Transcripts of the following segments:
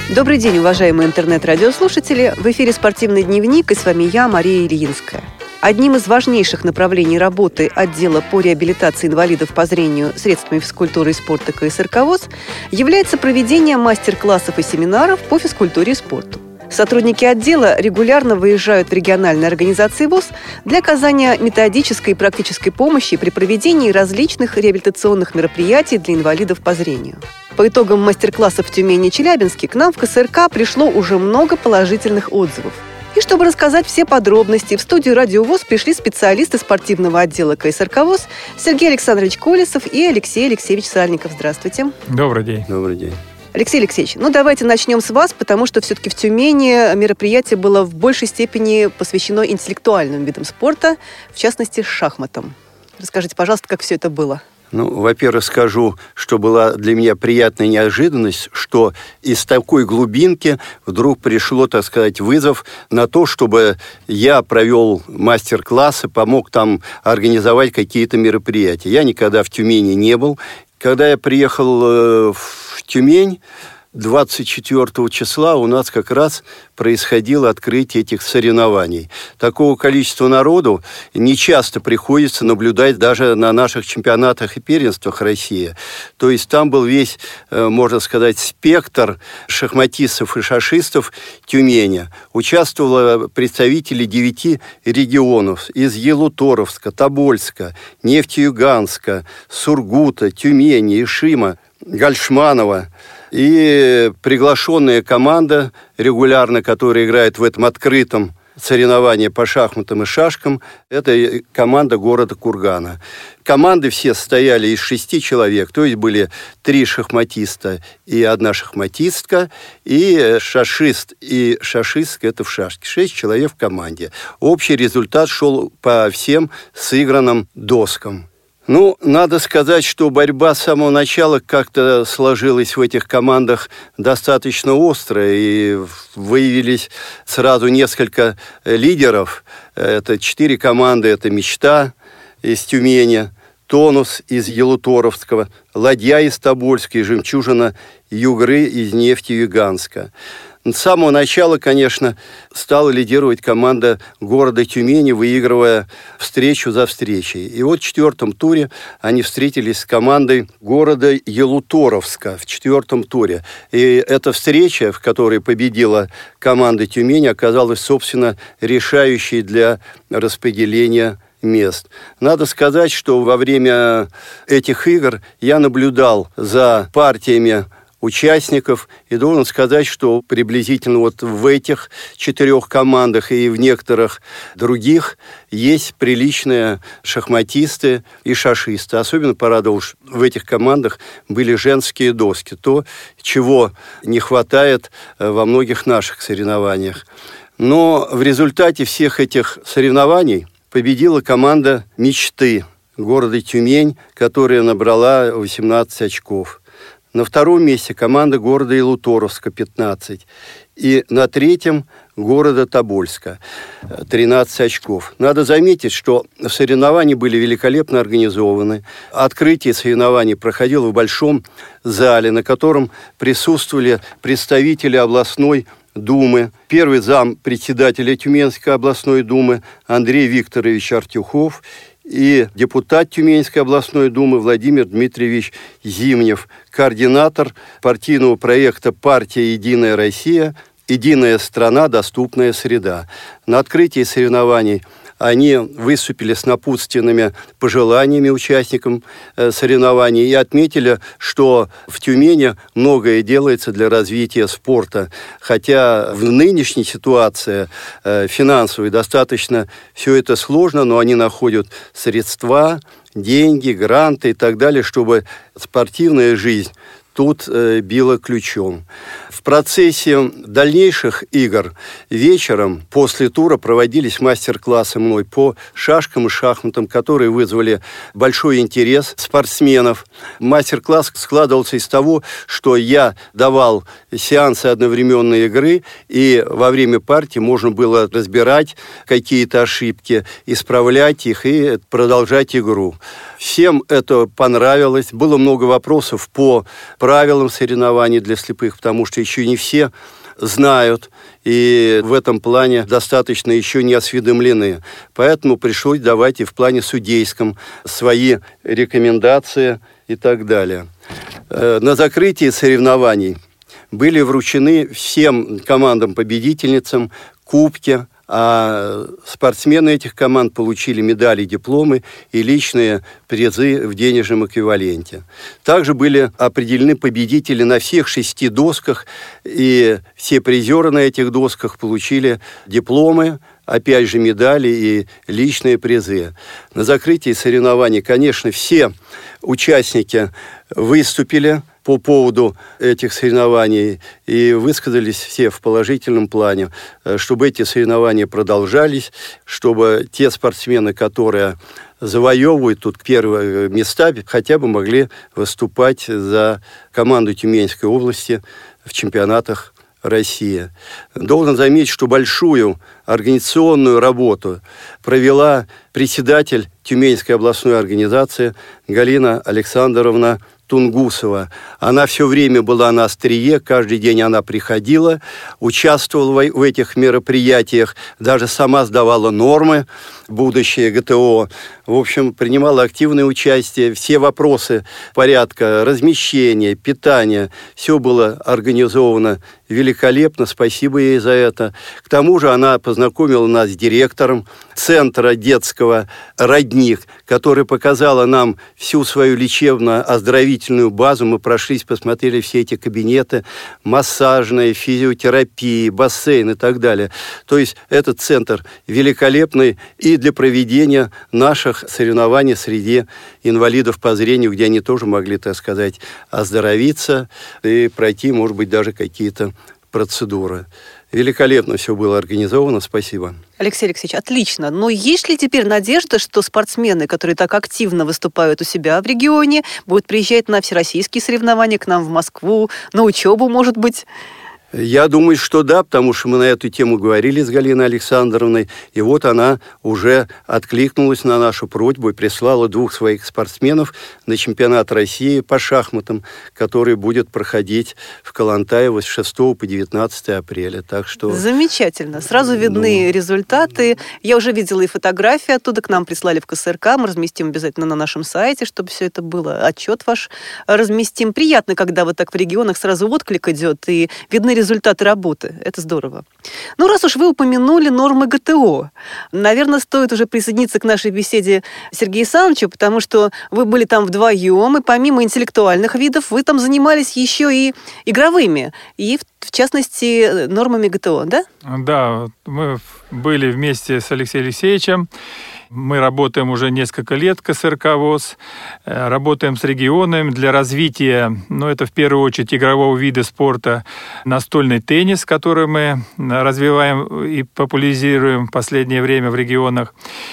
Добрый день, уважаемые интернет-радиослушатели. В эфире «Спортивный дневник», и с вами я, Мария Ильинская. Одним из важнейших направлений работы отдела по реабилитации инвалидов по зрению средствами физкультуры и спорта КСРК ВОС является проведение мастер-классов и семинаров по физкультуре и спорту. Сотрудники отдела регулярно выезжают в региональные организации ВОС для оказания методической и практической помощи при проведении различных реабилитационных мероприятий для инвалидов по зрению. По итогам мастер-классов в Тюмени и Челябинске к нам в КСРК пришло уже много положительных отзывов. И чтобы рассказать все подробности, в студию Радио ВОС пришли специалисты спортивного отдела КСРК ВОС Сергей Александрович Колесов и Алексей Алексеевич Сальников. Здравствуйте. Добрый день. Добрый день. Алексей Алексеевич, давайте начнем с вас, потому что все-таки в Тюмени мероприятие было в большей степени посвящено интеллектуальным видам спорта, в частности, шахматам. Расскажите, пожалуйста, как все это было? Во-первых, скажу, что была для меня приятная неожиданность, что из такой глубинки вдруг пришло, так сказать, вызов на то, чтобы я провел мастер-классы, помог там организовать какие-то мероприятия. Я никогда в Тюмени не был. Когда я приехал в Тюмень, 24 числа у нас как раз происходило открытие этих соревнований. Такого количества народу нечасто приходится наблюдать даже на наших чемпионатах и первенствах России. То есть там был весь, можно сказать, спектр шахматистов и шашистов Тюмени. Участвовало представители 9 регионов из Ялуторовска, Тобольска, Нефтеюганска, Сургута, Тюмени, Ишима, Гольшманова. И приглашенная команда регулярно, которая играет в этом открытом соревновании по шахматам и шашкам, это команда города Кургана. Команды все состояли из 6 человек, то есть были 3 шахматиста и 1 шахматистка, и шашист и шашистка, это в шашке. 6 человек в команде. Общий результат шел по всем сыгранным доскам. Надо сказать, что борьба с самого начала как-то сложилась в этих командах достаточно острая, и выявились сразу несколько лидеров. Это 4 команды, это «Мечта» из Тюмени, «Тонус» из Ялуторовского, «Ладья» из Тобольска и «Жемчужина» Югры из Нефтеюганска. С самого начала, конечно, стала лидировать команда города Тюмени, выигрывая встречу за встречей. И вот в 4-м туре они встретились с командой города Ялуторовска в 4-м туре. И эта встреча, в которой победила команда Тюмени, оказалась, собственно, решающей для распределения мест. Надо сказать, что во время этих игр я наблюдал за партиями участников, и должен сказать, что приблизительно вот в этих 4 командах и в некоторых других есть приличные шахматисты и шашисты. Особенно порадовал, что в этих командах были женские доски, то, чего не хватает во многих наших соревнованиях. Но в результате всех этих соревнований победила команда «Мечты» города Тюмень, которая набрала 18 очков. На 2-м месте команда города Ялуторовска 15. И на 3-м города Тобольска 13 очков. Надо заметить, что соревнования были великолепно организованы. Открытие соревнований проходило в большом зале, на котором присутствовали представители областной Думы, первый зам председателя Тюменской областной думы Андрей Викторович Артюхов и депутат Тюменской областной думы Владимир Дмитриевич Зимнев, координатор партийного проекта «Партия «Единая Россия», «Единая страна. Доступная среда». На открытии соревнований они выступили с напутственными пожеланиями участникам соревнований и отметили, что в Тюмени многое делается для развития спорта. Хотя в нынешней ситуации финансовой достаточно все это сложно, но они находят средства, деньги, гранты и так далее, чтобы спортивная жизнь тут била ключом. В процессе дальнейших игр вечером после тура проводились мастер-классы мной по шашкам и шахматам, которые вызвали большой интерес спортсменов. Мастер-класс складывался из того, что я давал сеансы одновременной игры, и во время партии можно было разбирать какие-то ошибки, исправлять их и продолжать игру. Всем это понравилось. Было много вопросов по правилам соревнований для слепых, потому что еще не все знают и в этом плане достаточно еще не осведомлены. Поэтому пришлось давать и в плане судейском свои рекомендации и так далее. На закрытии соревнований были вручены всем командам-победительницам кубки, а спортсмены этих команд получили медали, дипломы и личные призы в денежном эквиваленте. Также были определены победители на всех 6 досках, и все призеры на этих досках получили дипломы, опять же медали и личные призы. На закрытии соревнований, конечно, все участники выступили по поводу этих соревнований и высказались все в положительном плане, чтобы эти соревнования продолжались, чтобы те спортсмены, которые завоевывают тут первые места, хотя бы могли выступать за команду Тюменской области в чемпионатах России. Должен заметить, что большую организационную работу провела председатель Тюменской областной организации Галина Александровна Тунгусова. Она все время была на острие, каждый день она приходила, участвовала в этих мероприятиях, даже сама сдавала нормы, будущее ГТО. В общем, принимала активное участие. Все вопросы порядка размещения, питания, все было организовано великолепно. Спасибо ей за это. К тому же она познакомила нас с директором центра детского «Родник», который показала нам всю свою лечебно-оздоровительную базу. Мы прошлись, посмотрели все эти кабинеты, массажные, физиотерапии, бассейн и так далее. То есть этот центр великолепный и для проведения наших соревнований среди инвалидов по зрению, где они тоже могли, так сказать, оздоровиться и пройти, может быть, даже какие-то процедуры. Великолепно все было организовано. Спасибо. Алексей Алексеевич, отлично. Но есть ли теперь надежда, что спортсмены, которые так активно выступают у себя в регионе, будут приезжать на всероссийские соревнования к нам в Москву, на учебу, может быть? Я думаю, что да, потому что мы на эту тему говорили с Галиной Александровной, и вот она уже откликнулась на нашу просьбу и прислала 2 своих спортсменов на чемпионат России по шахматам, который будет проходить в Коллантаево с 6 по 19 апреля. Так что... Замечательно. Сразу видны результаты. Я уже видела и фотографии оттуда, к нам прислали в КСРК, мы разместим обязательно на нашем сайте, чтобы все это было. Отчет ваш разместим. Приятно, когда вот так в регионах сразу отклик идет, и видны результаты работы. Это здорово. Ну, раз уж вы упомянули нормы ГТО, наверное, стоит уже присоединиться к нашей беседе Сергею Александровичу, потому что вы были там вдвоем, и помимо интеллектуальных видов, вы там занимались еще и игровыми, и в частности нормами ГТО, да? Да, мы были вместе с Алексеем Алексеевичем. Мы работаем уже несколько лет, КСРК ВОС, работаем с регионами для развития, это в первую очередь игрового вида спорта, настольный теннис, который мы развиваем и популяризируем в последнее время в регионах.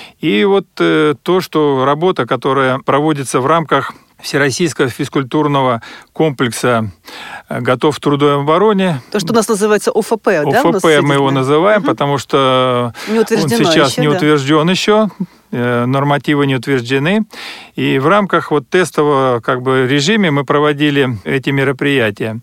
И вот то, что работа, которая проводится в рамках Всероссийского физкультурного комплекса «Готов к трудовой обороне». То, что у нас называется ОФП, да? ОФП мы его называем, потому что он сейчас не утвержден еще, нормативы не утверждены. И в рамках тестового режиме мы проводили эти мероприятия.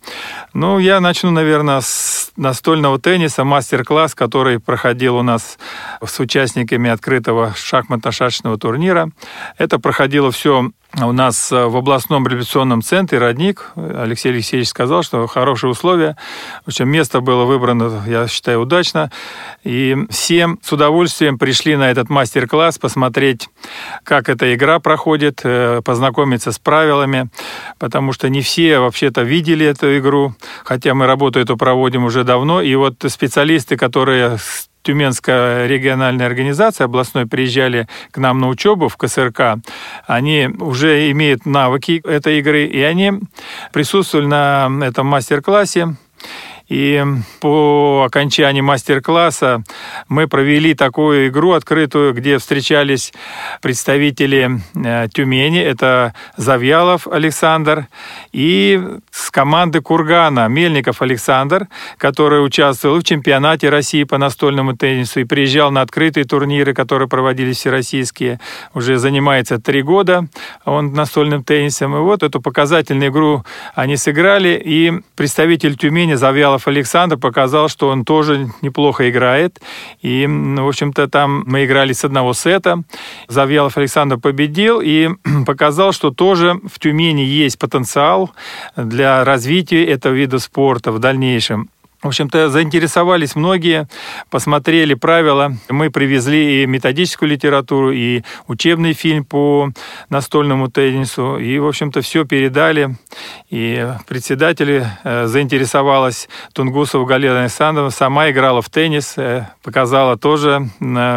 Я начну, наверное, с настольного тенниса, мастер-класс, который проходил у нас с участниками открытого шахматно-шашечного турнира. Это проходило все у нас в областном реабилитационном центре «Родник». Алексей Алексеевич сказал, что хорошие условия. В общем, место было выбрано, я считаю, удачно. И все с удовольствием пришли на этот мастер-класс посмотреть, как эта игра проходит, познакомиться с правилами, потому что не все вообще-то видели эту игру, хотя мы работу эту проводим уже давно. И специалисты, которые Тюменская региональная организация областной приезжали к нам на учебу в КСРК, они уже имеют навыки этой игры, и они присутствовали на этом мастер-классе. И по окончании мастер-класса мы провели такую игру открытую, где встречались представители Тюмени. Это Завьялов Александр и с команды Кургана Мельников Александр, который участвовал в чемпионате России по настольному теннису и приезжал на открытые турниры, которые проводились всероссийские. Уже занимается 3 года он настольным теннисом. И вот эту показательную игру они сыграли, и представитель Тюмени Завьялов Александр показал, что он тоже неплохо играет. И, в общем-то, там мы играли с 1 сета. Завьялов Александр победил и показал, что тоже в Тюмени есть потенциал для развития этого вида спорта в дальнейшем. В общем-то, заинтересовались многие, посмотрели правила. Мы привезли и методическую литературу, и учебный фильм по настольному теннису. И, в общем-то, все передали. И председатель заинтересовалась Тунгусова Галина Александровна, сама играла в теннис, показала тоже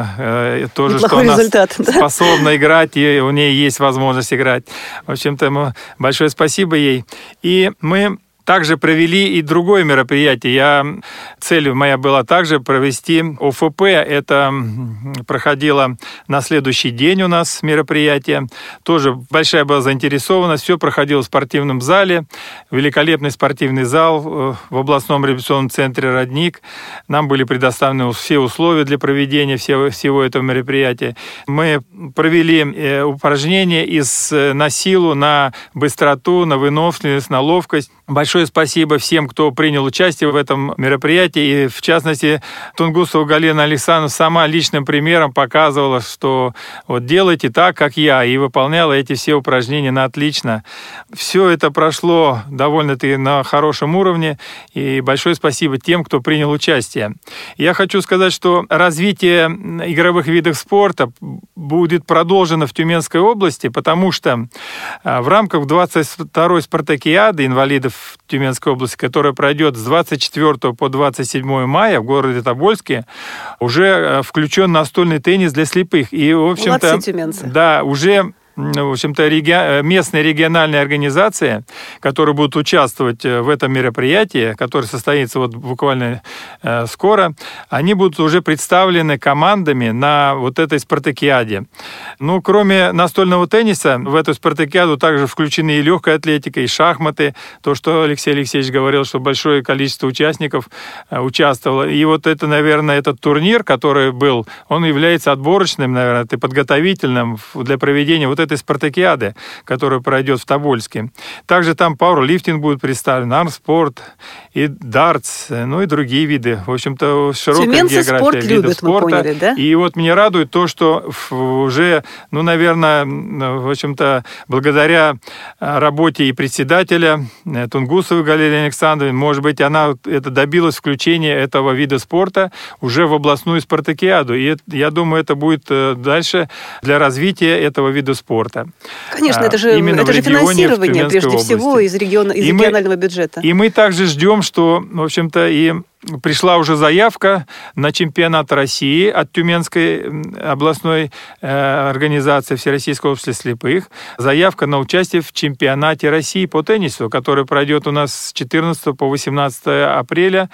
что она способна играть, и у нее есть возможность играть. В общем-то, большое спасибо ей. И мы также провели и другое мероприятие. Цель моя была также провести ОФП. Это проходило на следующий день у нас мероприятие. Тоже большая была заинтересованность. Все проходило в спортивном зале. Великолепный спортивный зал в областном реабилитационном центре «Родник». Нам были предоставлены все условия для проведения всего этого мероприятия. Мы провели упражнения на силу, на быстроту, на выносливость, на ловкость. Большое спасибо всем, кто принял участие в этом мероприятии. И, в частности, Тунгусова Галина Александровна сама личным примером показывала, что вот делайте так, как я, и выполняла эти все упражнения на отлично. Все это прошло довольно-таки на хорошем уровне, и большое спасибо тем, кто принял участие. Я хочу сказать, что развитие игровых видов спорта будет продолжено в Тюменской области, потому что в рамках 22-й спартакиады инвалидов в Тюменской области, которая пройдет с 24 по 27 мая в городе Тобольске, уже включен настольный теннис для слепых. И, в общем-то, молодцы тюменцы. Да, уже в общем-то, местные региональные организации, которые будут участвовать в этом мероприятии, которое состоится вот буквально скоро, они будут уже представлены командами на вот этой спартакиаде. Ну, кроме настольного тенниса, в эту спартакиаду также включены и легкая атлетика, и шахматы. То, что Алексей Алексеевич говорил, что большое количество участников участвовало. И вот это, наверное, этот турнир, который был, он является отборочным, наверное, подготовительным для проведения вот этой спартакиады, которая пройдет в Тобольске. Также там пауэрлифтинг будет представлен, армспорт и дартс, ну и другие виды. В общем-то, широкая тюменцы география спорт видов любят, спорта. Мы поняли, да? И вот меня радует то, что уже, наверное, в общем-то, благодаря работе и председателя Тунгусовой Галины Александровны, может быть, она добилась включения этого вида спорта уже в областную спартакиаду. И я думаю, это будет дальше для развития этого вида спорта. Конечно, это же финансирование, прежде всего, из регионального бюджета. И мы также ждем, что, в общем-то, и пришла уже заявка на чемпионат России от Тюменской областной организации Всероссийского общества слепых. Заявка на участие в чемпионате России по теннису, который пройдет у нас с 14 по 18 апреля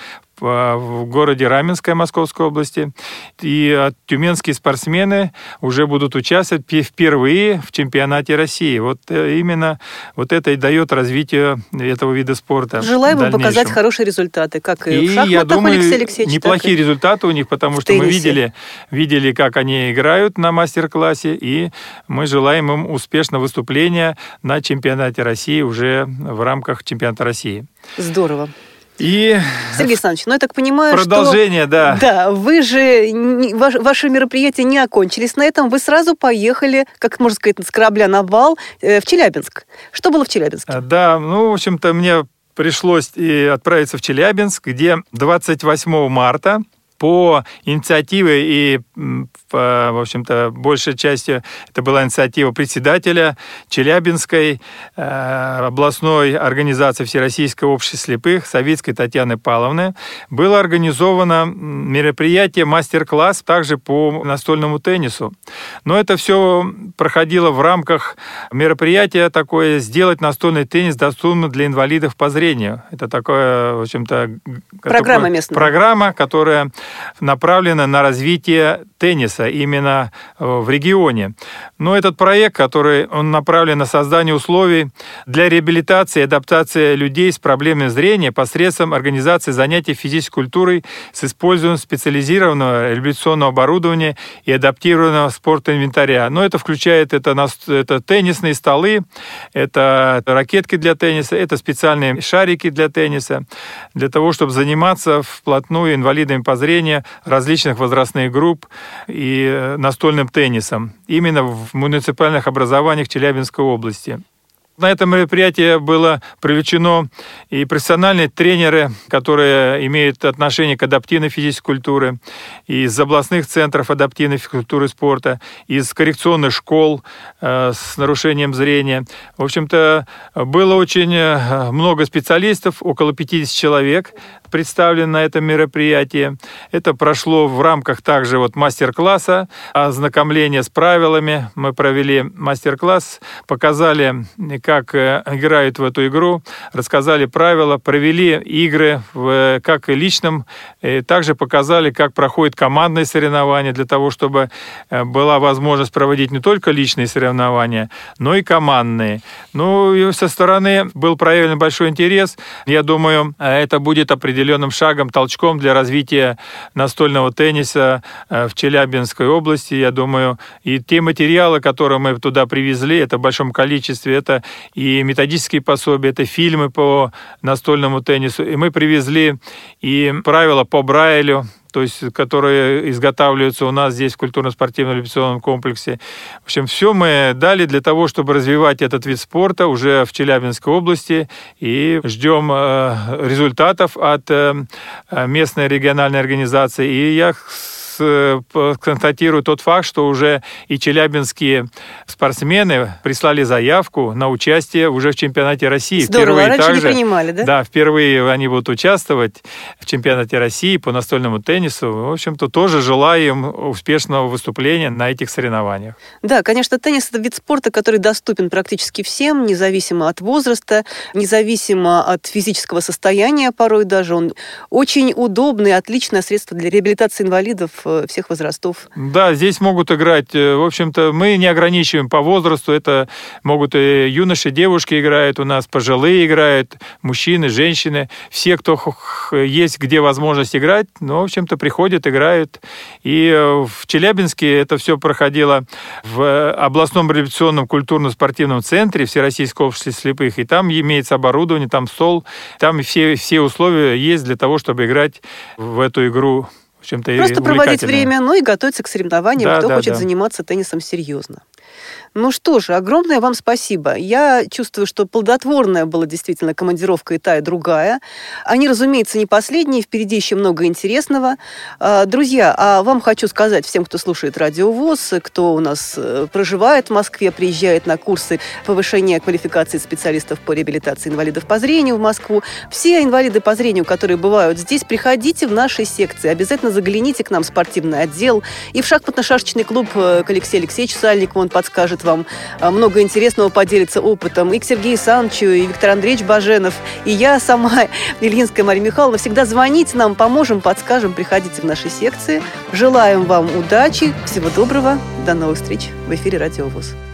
в городе Раменское Московской области. И тюменские спортсмены уже будут участвовать впервые в чемпионате России. Вот именно вот это и дает развитие этого вида спорта. Желаем им показать хорошие результаты, как и в шахматах, я думаю, Алексей Алексеевич. Неплохие результаты у них, потому что мы видели, как они играют на мастер-классе, и мы желаем им успешного выступления на чемпионате России уже в рамках чемпионата России. Здорово. И Сергей Александрович, я так понимаю, продолжение, что... Да, вы же... Ваши мероприятия не окончились на этом. Вы сразу поехали, как можно сказать, с корабля на бал в Челябинск. Что было в Челябинске? Да, в общем-то, мне пришлось отправиться в Челябинск, где 28 марта по инициативе и, в общем-то, большей частью это была инициатива председателя Челябинской областной организации Всероссийского общества слепых Савицкой Татьяны Павловны, было организовано мероприятие, мастер-класс также по настольному теннису. Но это все проходило в рамках мероприятия такое «Сделать настольный теннис доступным для инвалидов по зрению». Это такое, в общем-то... Программа местная. Программа, которая направлена на развитие тенниса именно в регионе. Но этот проект, он направлен на создание условий для реабилитации и адаптации людей с проблемами зрения посредством организации занятий физической культурой с использованием специализированного реабилитационного оборудования и адаптированного спортинвентаря. Но это включает это теннисные столы, это ракетки для тенниса, это специальные шарики для тенниса, для того, чтобы заниматься вплотную инвалидами по зрению различных возрастных групп и настольным теннисом именно в муниципальных образованиях Челябинской области. На это мероприятие было привлечено и профессиональные тренеры, которые имеют отношение к адаптивной физической культуре, из областных центров адаптивной физкультуры и спорта, из коррекционных школ с нарушением зрения. В общем-то, было очень много специалистов, около 50 человек представлено на этом мероприятии. Это прошло в рамках также мастер-класса, ознакомления с правилами. Мы провели мастер-класс, показали, как играют в эту игру, рассказали правила, провели игры как и личном, и также показали, как проходят командные соревнования, для того, чтобы была возможность проводить не только личные соревнования, но и командные. И со стороны был проявлен большой интерес. Я думаю, это будет определенным шагом, толчком для развития настольного тенниса в Челябинской области. Я думаю, и те материалы, которые мы туда привезли, это в большом количестве, это и методические пособия, это фильмы по настольному теннису. И мы привезли и правила по Брайлю, то есть, которые изготавливаются у нас здесь в культурно-спортивном реабилитационном комплексе. В общем, все мы дали для того, чтобы развивать этот вид спорта уже в Челябинской области, и ждем результатов от местной региональной организации. И я констатирую тот факт, что уже и челябинские спортсмены прислали заявку на участие уже в чемпионате России. Здорово, раньше не принимали, да? Да, впервые они будут участвовать в чемпионате России по настольному теннису. В общем-то, тоже желаю им успешного выступления на этих соревнованиях. Да, конечно, теннис – это вид спорта, который доступен практически всем, независимо от возраста, независимо от физического состояния порой даже. Он очень удобный, отличное средство для реабилитации инвалидов всех возрастов. Да, здесь могут играть, в общем-то, мы не ограничиваем по возрасту, это могут и юноши, девушки играют у нас, пожилые играют, мужчины, женщины, все, кто есть где возможность играть, в общем-то, приходят, играют. И в Челябинске это все проходило в областном реабилитационном культурно-спортивном центре Всероссийского общества слепых, и там имеется оборудование, там стол, там все условия есть для того, чтобы играть в эту игру. Просто проводить время, и готовиться к соревнованиям, кто хочет заниматься теннисом серьезно. Ну что же, огромное вам спасибо. Я чувствую, что плодотворная была действительно командировка и та, и другая. Они, разумеется, не последние, впереди еще много интересного. Друзья, а вам хочу сказать всем, кто слушает Радио ВОС, кто у нас проживает в Москве, приезжает на курсы повышения квалификации специалистов по реабилитации инвалидов по зрению в Москву. Все инвалиды по зрению, которые бывают здесь, приходите в наши секции. Обязательно загляните к нам в спортивный отдел. И в шахматно-шашечный клуб к Алексею Алексеевичу Сальникову, он подскажет вам много интересного, поделится опытом. И к Сергею Санычу, и Виктор Андреевич Баженов, и я сама, Ильинская Мария Михайловна. Всегда звоните нам, поможем, подскажем, приходите в наши секции. Желаем вам удачи, всего доброго, до новых встреч в эфире Радио ВОС.